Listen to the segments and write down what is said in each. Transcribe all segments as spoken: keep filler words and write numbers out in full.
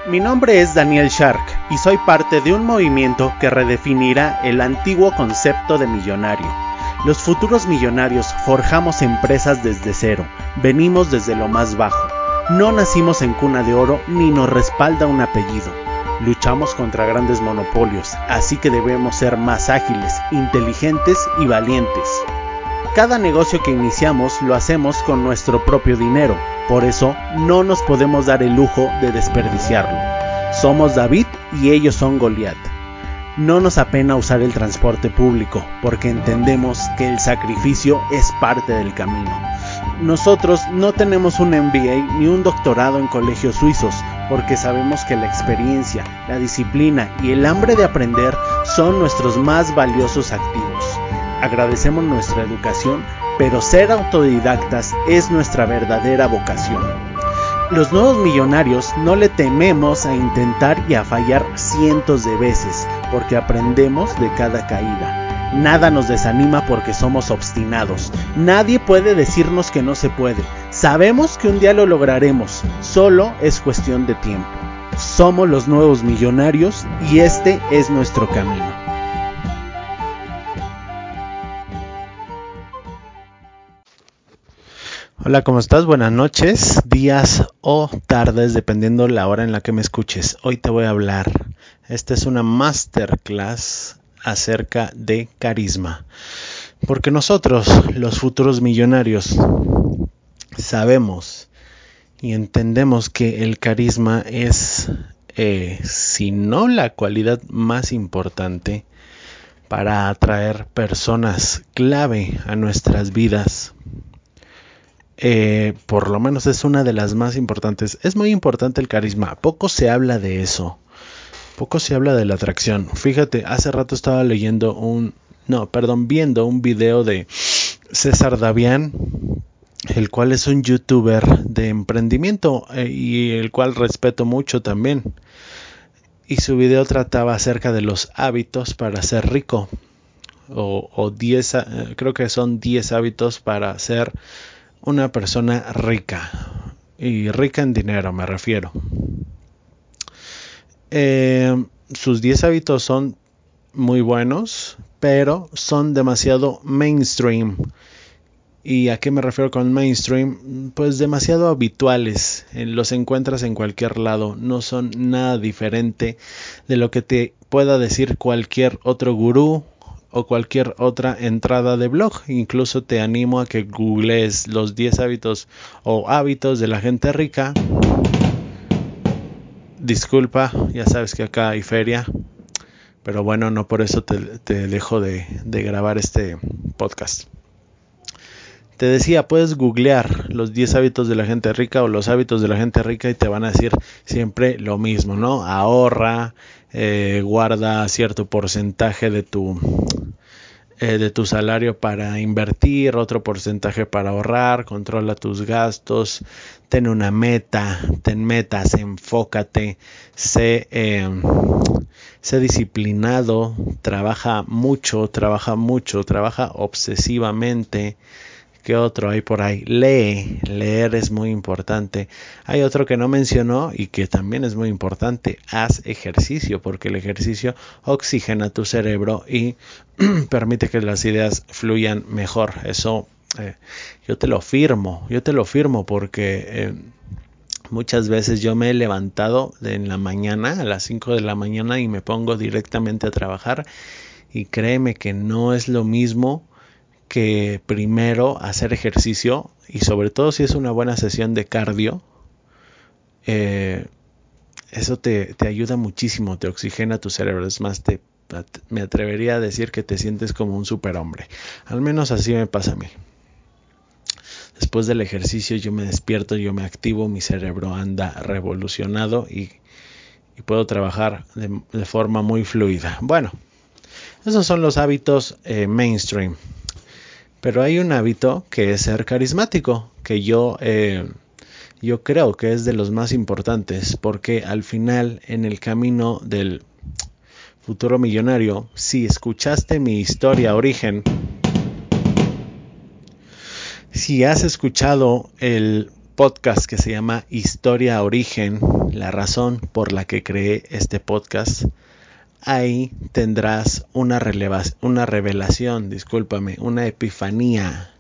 Mi nombre es Daniel Shark y soy parte de un movimiento que redefinirá el antiguo concepto de millonario. Los futuros millonarios forjamos empresas desde cero, venimos desde lo más bajo. No nacimos en cuna de oro ni nos respalda un apellido. Luchamos contra grandes monopolios, así que debemos ser más ágiles, inteligentes y valientes. Cada negocio que iniciamos lo hacemos con nuestro propio dinero, por eso no nos podemos dar el lujo de desperdiciarlo. Somos David y ellos son Goliat. No nos apena usar el transporte público, porque entendemos que el sacrificio es parte del camino. Nosotros no tenemos un M B A ni un doctorado en colegios suizos, porque sabemos que la experiencia, la disciplina y el hambre de aprender son nuestros más valiosos activos. Agradecemos nuestra educación, pero ser autodidactas es nuestra verdadera vocación. Los nuevos millonarios no le tememos a intentar y a fallar cientos de veces, porque aprendemos de cada caída. Nada nos desanima porque somos obstinados. Nadie puede decirnos que no se puede. Sabemos que un día lo lograremos, solo es cuestión de tiempo. Somos los nuevos millonarios y este es nuestro camino. Hola, ¿cómo estás? Buenas noches, días o tardes, dependiendo la hora en la que me escuches. Hoy te voy a hablar. Esta es una masterclass acerca de carisma. Porque nosotros, los futuros millonarios, sabemos y entendemos que el carisma es, eh, si no la cualidad más importante para atraer personas clave a nuestras vidas. Eh, por lo menos es una de las más importantes. Es muy importante el carisma. Poco se habla de eso. Poco se habla de la atracción. Fíjate, hace rato estaba leyendo un... No, perdón, viendo un video de César Davián, el cual es un youtuber de emprendimiento eh, y el cual respeto mucho también. Y su video trataba acerca de los hábitos para ser rico. O, o diez, eh, creo que son diez hábitos para ser una persona rica, y rica en dinero me refiero. Eh, sus diez hábitos son muy buenos, pero son demasiado mainstream. ¿Y a qué me refiero con mainstream? Pues demasiado habituales, los encuentras en cualquier lado, no son nada diferente de lo que te pueda decir cualquier otro gurú o cualquier otra entrada de blog. Incluso te animo a que googlees los diez hábitos o hábitos de la gente rica. Disculpa, ya sabes que acá hay feria, pero bueno, no por eso te, te dejo de, de grabar este podcast. Te decía, puedes googlear los diez hábitos de la gente rica o los hábitos de la gente rica y te van a decir siempre lo mismo, ¿no? Ahorra, eh, guarda cierto porcentaje de tu, eh, de tu salario para invertir, otro porcentaje para ahorrar, controla tus gastos, ten una meta, ten metas, enfócate, sé, eh, sé disciplinado, trabaja mucho, trabaja mucho, trabaja obsesivamente. ¿Qué otro hay por ahí? Lee, leer es muy importante. Hay otro que no mencionó y que también es muy importante. Haz ejercicio, porque el ejercicio oxigena tu cerebro y permite que las ideas fluyan mejor. Eso eh, yo te lo firmo, yo te lo firmo porque eh, muchas veces yo me he levantado en la mañana, a las cinco de la mañana, y me pongo directamente a trabajar. Y créeme que no es lo mismo que primero hacer ejercicio, y sobre todo si es una buena sesión de cardio. Eh, eso te, te ayuda muchísimo, te oxigena tu cerebro. Es más, te, me atrevería a decir que te sientes como un superhombre. Al menos así me pasa a mí. Después del ejercicio yo me despierto, yo me activo, mi cerebro anda revolucionado y, y puedo trabajar de, de forma muy fluida. Bueno, esos son los hábitos eh, mainstream. Pero hay un hábito que es ser carismático, que yo, eh, yo creo que es de los más importantes, porque al final, en el camino del futuro millonario, si escuchaste mi historia origen, si has escuchado el podcast que se llama Historia Origen, la razón por la que creé este podcast. Ahí tendrás una, releva- una revelación, discúlpame, una epifanía.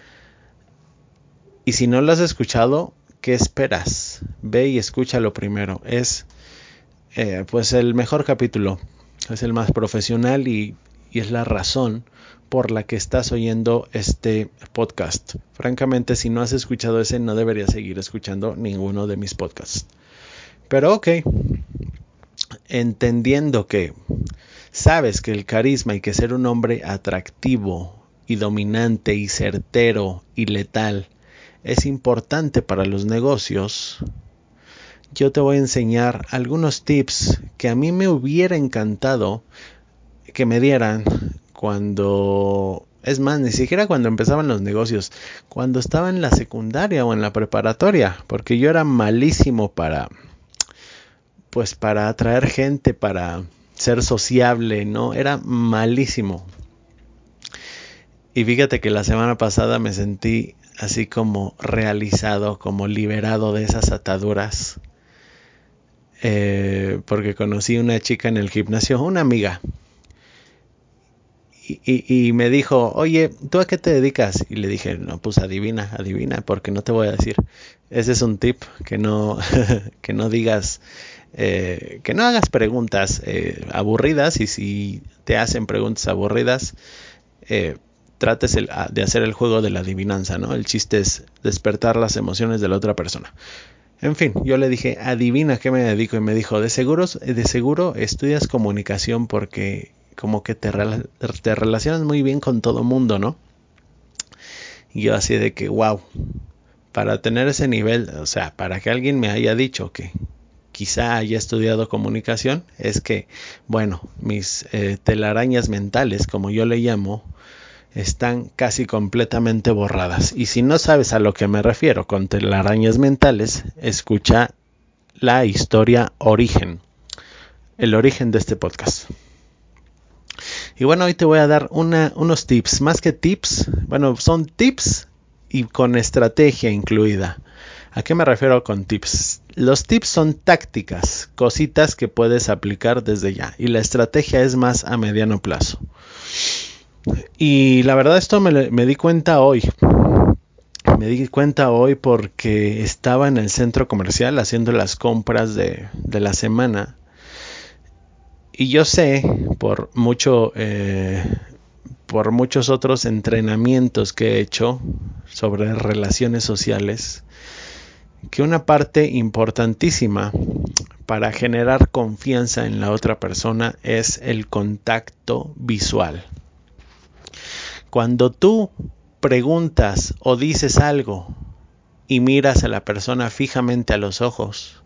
Y si no lo has escuchado, ¿qué esperas? Ve y escúchalo primero. Es eh, pues el mejor capítulo. Es el más profesional y, y es la razón por la que estás oyendo este podcast. Francamente, si no has escuchado ese, no deberías seguir escuchando ninguno de mis podcasts. Pero ok, entendiendo que sabes que el carisma y que ser un hombre atractivo y dominante y certero y letal es importante para los negocios, yo te voy a enseñar algunos tips que a mí me hubiera encantado que me dieran cuando, es más, ni siquiera cuando empezaban los negocios, cuando estaba en la secundaria o en la preparatoria, porque yo era malísimo para, pues para atraer gente, para ser sociable, ¿no? Era malísimo. Y fíjate que la semana pasada me sentí así como realizado, como liberado de esas ataduras, eh, porque conocí una chica en el gimnasio, una amiga, y, y, y me dijo, oye, ¿tú a qué te dedicas? Y le dije, no, pues adivina, adivina, porque no te voy a decir. Ese es un tip, que no, que no digas, eh, que no hagas preguntas eh, aburridas, y si te hacen preguntas aburridas, eh, trates el, de hacer el juego de la adivinanza, ¿no? El chiste es despertar las emociones de la otra persona. En fin, yo le dije, adivina qué me dedico, y me dijo, de seguro, de seguro estudias comunicación porque como que te, rela- te relacionas muy bien con todo mundo, ¿no? Y yo así de que, wow, para tener ese nivel, o sea, para que alguien me haya dicho que quizá haya estudiado comunicación, es que, bueno, mis eh, telarañas mentales, como yo le llamo, están casi completamente borradas. Y si no sabes a lo que me refiero con telarañas mentales, escucha la historia origen, el origen de este podcast. Y bueno, hoy te voy a dar una, unos tips, más que tips, bueno, son tips y con estrategia incluida. ¿A qué me refiero con tips? Los tips son tácticas, cositas que puedes aplicar desde ya, y la estrategia es más a mediano plazo. Y la verdad esto me, me di cuenta hoy. Me di cuenta hoy porque estaba en el centro comercial haciendo las compras de, de la semana. Y yo sé, por mucho, eh, por muchos otros entrenamientos que he hecho sobre relaciones sociales, que una parte importantísima para generar confianza en la otra persona es el contacto visual. Cuando tú preguntas o dices algo y miras a la persona fijamente a los ojos,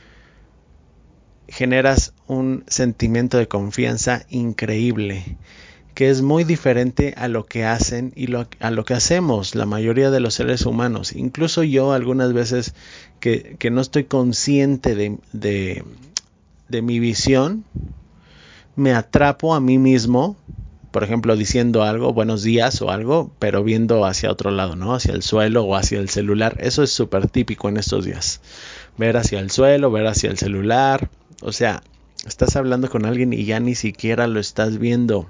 generas un sentimiento de confianza increíble, que es muy diferente a lo que hacen y lo, a lo que hacemos la mayoría de los seres humanos. Incluso yo algunas veces que, que no estoy consciente de, de, de mi visión, me atrapo a mí mismo, por ejemplo, diciendo algo, buenos días o algo, pero viendo hacia otro lado, ¿no? Hacia el suelo o hacia el celular. Eso es súper típico en estos días. Ver hacia el suelo, ver hacia el celular. O sea, estás hablando con alguien y ya ni siquiera lo estás viendo.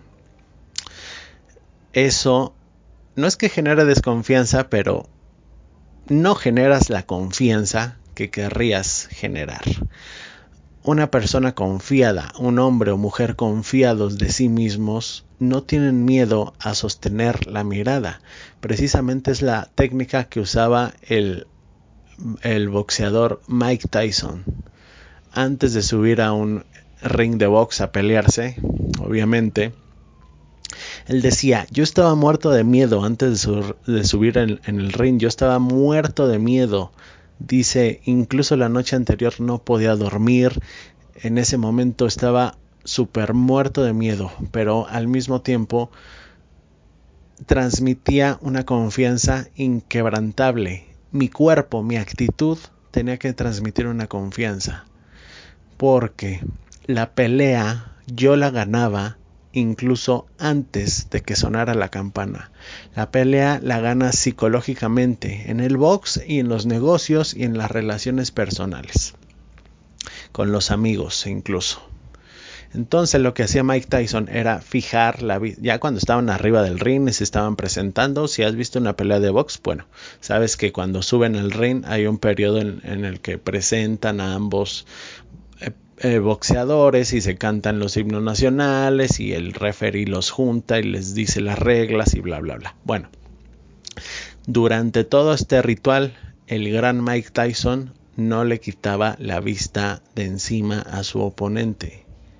Eso no es que genere desconfianza, pero no generas la confianza que querrías generar. Una persona confiada, un hombre o mujer confiados de sí mismos, no tienen miedo a sostener la mirada. Precisamente es la técnica que usaba el, el boxeador Mike Tyson. Antes de subir a un ring de box a pelearse, obviamente, él decía, yo estaba muerto de miedo antes de, su, de subir en, en el ring, yo estaba muerto de miedo. Dice, incluso la noche anterior no podía dormir, en ese momento estaba súper muerto de miedo, pero al mismo tiempo transmitía una confianza inquebrantable. Mi cuerpo, mi actitud tenía que transmitir una confianza, porque la pelea yo la ganaba incluso antes de que sonara la campana. La pelea la ganas psicológicamente, en el box y en los negocios y en las relaciones personales, con los amigos incluso. Entonces lo que hacía Mike Tyson era fijar la vida. Ya cuando estaban arriba del ring y se estaban presentando, si has visto una pelea de box, bueno, sabes que cuando suben al ring hay un periodo en, en el que presentan a ambos eh, eh, boxeadores y se cantan los himnos nacionales y el referee los junta y les dice las reglas y bla bla bla. Bueno, durante todo este ritual, el gran Mike Tyson no le quitaba la vista de encima a su oponente.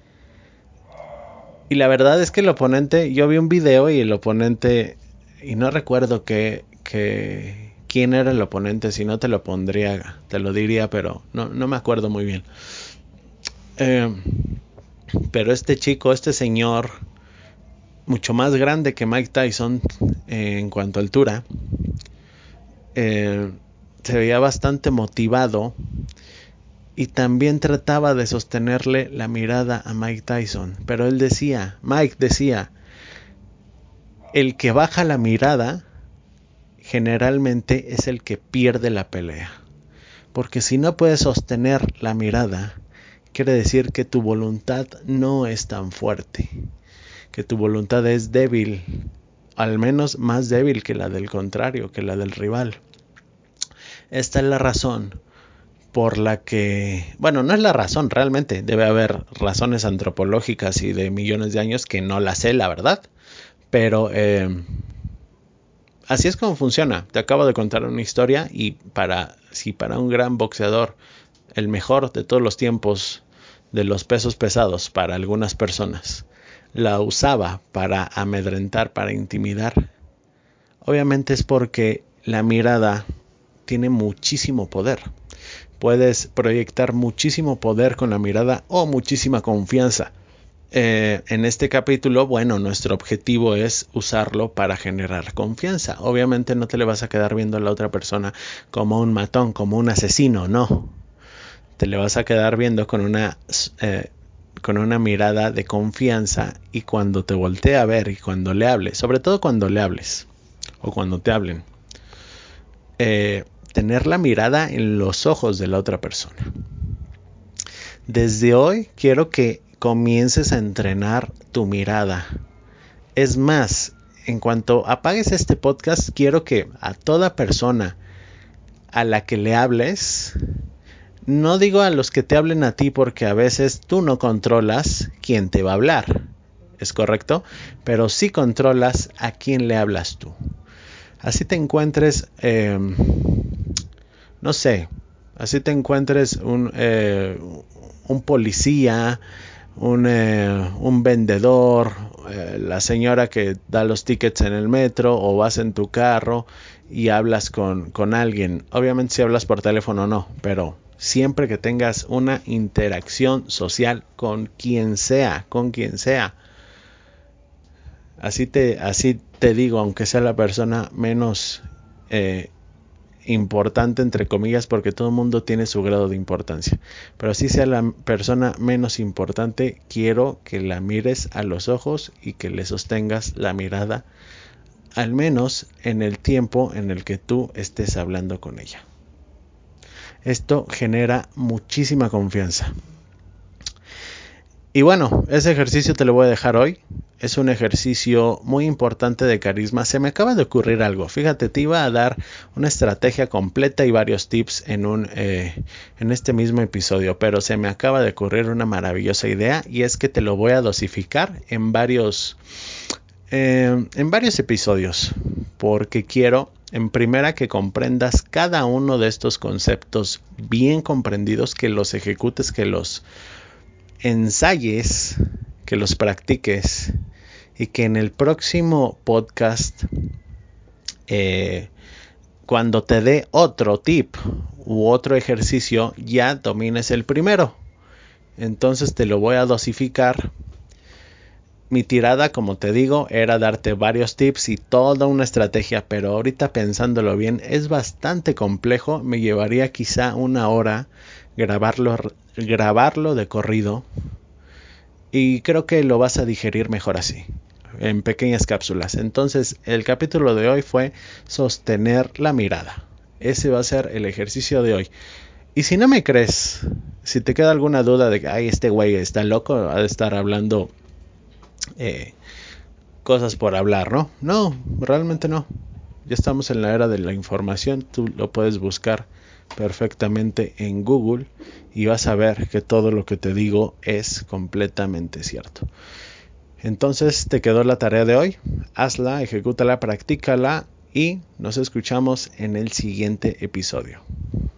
Y la verdad es que el oponente, yo vi un video y el oponente, y no recuerdo que, que quién era el oponente, si no te lo pondría, te lo diría, pero no, no me acuerdo muy bien. Eh, pero este chico, este señor, mucho más grande que Mike Tyson eh, en cuanto a altura, eh, se veía bastante motivado y también trataba de sostenerle la mirada a Mike Tyson, pero él decía, Mike decía, el que baja la mirada generalmente es el que pierde la pelea, porque si no puedes sostener la mirada, quiere decir que tu voluntad no es tan fuerte, que tu voluntad es débil, al menos más débil que la del contrario, que la del rival. Esta es la razón por la que, bueno, no es la razón realmente, debe haber razones antropológicas y de millones de años que no las sé, la verdad, pero eh, así es como funciona. Te acabo de contar una historia y para, si para un gran boxeador, el mejor de todos los tiempos de los pesos pesados para algunas personas, la usaba para amedrentar, para intimidar, obviamente es porque la mirada tiene muchísimo poder. Puedes proyectar muchísimo poder con la mirada o muchísima confianza. Eh, en este capítulo, bueno, nuestro objetivo es usarlo para generar confianza. Obviamente no te le vas a quedar viendo a la otra persona como un matón, como un asesino, no. Te le vas a quedar viendo con una, eh, con una mirada de confianza y cuando te voltee a ver y cuando le hables, sobre todo cuando le hables o cuando te hablen, eh, tener la mirada en los ojos de la otra persona. Desde hoy quiero que comiences a entrenar tu mirada. Es más, en cuanto apagues este podcast, quiero que a toda persona a la que le hables, no digo a los que te hablen a ti porque a veces tú no controlas quién te va a hablar, ¿es correcto? Pero sí controlas a quién le hablas tú. Así te encuentres, eh, no sé, así te encuentres un, eh, un policía, un, eh, un vendedor, eh, la señora que da los tickets en el metro o vas en tu carro y hablas con, con alguien. Obviamente si hablas por teléfono no, pero siempre que tengas una interacción social con quien sea, con quien sea. Así te, así te digo, aunque sea la persona menos eh, importante entre comillas, porque todo el mundo tiene su grado de importancia, pero así sea la persona menos importante, quiero que la mires a los ojos y que le sostengas la mirada, al menos en el tiempo en el que tú estés hablando con ella. Esto genera muchísima confianza. Y bueno, ese ejercicio te lo voy a dejar hoy. Es un ejercicio muy importante de carisma. Se me acaba de ocurrir algo. Fíjate, te iba a dar una estrategia completa y varios tips en, un, eh, en este mismo episodio, pero se me acaba de ocurrir una maravillosa idea y es que te lo voy a dosificar en varios, eh, en varios episodios, porque quiero en primera que comprendas cada uno de estos conceptos bien comprendidos, que los ejecutes, que los ensayes, que los practiques y que en el próximo podcast, eh, cuando te dé otro tip u otro ejercicio, ya domines el primero. Entonces te lo voy a dosificar. Mi tirada, como te digo, era darte varios tips y toda una estrategia, pero ahorita pensándolo bien es bastante complejo. Me llevaría quizá una hora grabarlo, grabarlo de corrido Y creo que lo vas a digerir mejor así, en pequeñas cápsulas. Entonces, el capítulo de hoy fue sostener la mirada. Ese va a ser el ejercicio de hoy. Y si no me crees, si te queda alguna duda de que ay, este güey está loco, ha de estar hablando eh, cosas por hablar, ¿no? No, realmente no. Ya estamos en la era de la información. Tú lo puedes buscar perfectamente en Google y vas a ver que todo lo que te digo es completamente cierto. Entonces te quedó la tarea de hoy. Hazla, ejecútala, practícala y nos escuchamos en el siguiente episodio.